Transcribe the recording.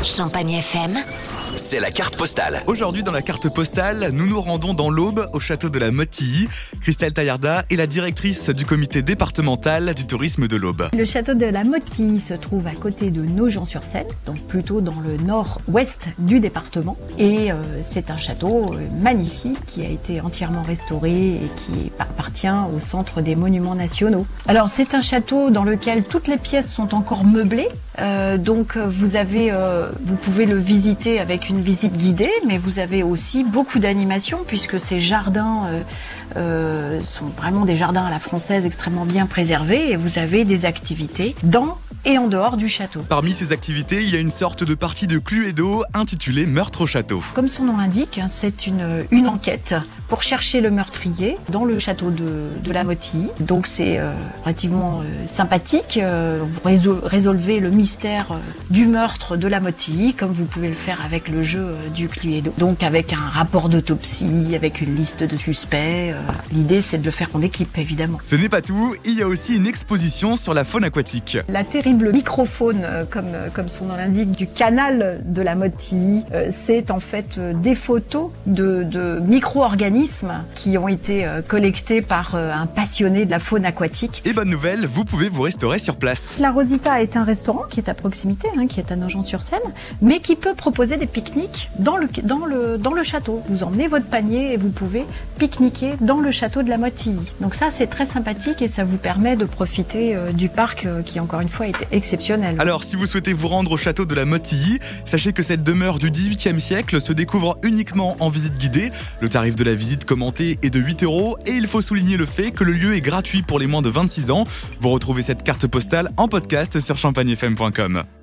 Champagne FM, c'est la carte postale. Aujourd'hui, dans la carte postale, nous nous rendons dans l'Aube, au château de la Motilly. Christelle Taillarda est la directrice du comité départemental du tourisme de l'Aube. Le château de la Motilly se trouve à côté de Nogent-sur-Seine, donc plutôt dans le nord-ouest du département. Et c'est un château magnifique qui a été entièrement restauré et qui appartient au centre des monuments nationaux. Alors c'est un château dans lequel toutes les pièces sont encore meublées. Donc vous pouvez le visiter avec une visite guidée, mais vous avez aussi beaucoup d'animations puisque ces jardins sont vraiment des jardins à la française extrêmement bien préservés et vous avez des activités dans et en dehors du château. Parmi ces activités, il y a une sorte de partie de Cluedo intitulée Meurtre au château. Comme son nom l'indique, c'est une enquête pour chercher le meurtrier dans le château de la Motilly. Donc c'est relativement sympathique. Vous résolvez le mystère du meurtre de la Motilly, comme vous pouvez le faire avec le jeu du Cluedo. Donc avec un rapport d'autopsie, avec une liste de suspects. L'idée, c'est de le faire en équipe, évidemment. Ce n'est pas tout, il y a aussi une exposition sur la faune aquatique. La terrible microfaune, comme son nom l'indique, du canal de la Motilly, c'est en fait des photos de micro-organismes qui ont été collectés par un passionné de la faune aquatique. Et bonne nouvelle, vous pouvez vous restaurer sur place. La Rosita est un restaurant qui est à proximité, qui est à Nogent-sur-Seine, mais qui peut proposer des pique-niques dans le château. Vous emmenez votre panier et vous pouvez pique-niquer dans le château de la Motilly. Donc ça, c'est très sympathique et ça vous permet de profiter du parc qui, encore une fois, est exceptionnel. Alors, si vous souhaitez vous rendre au château de la Motilly, sachez que cette demeure du XVIIIe siècle se découvre uniquement en visite guidée. Le tarif de la visite commentée est de 8 € et il faut souligner le fait que le lieu est gratuit pour les moins de 26 ans. Vous retrouvez cette carte postale en podcast sur champagnefm.com.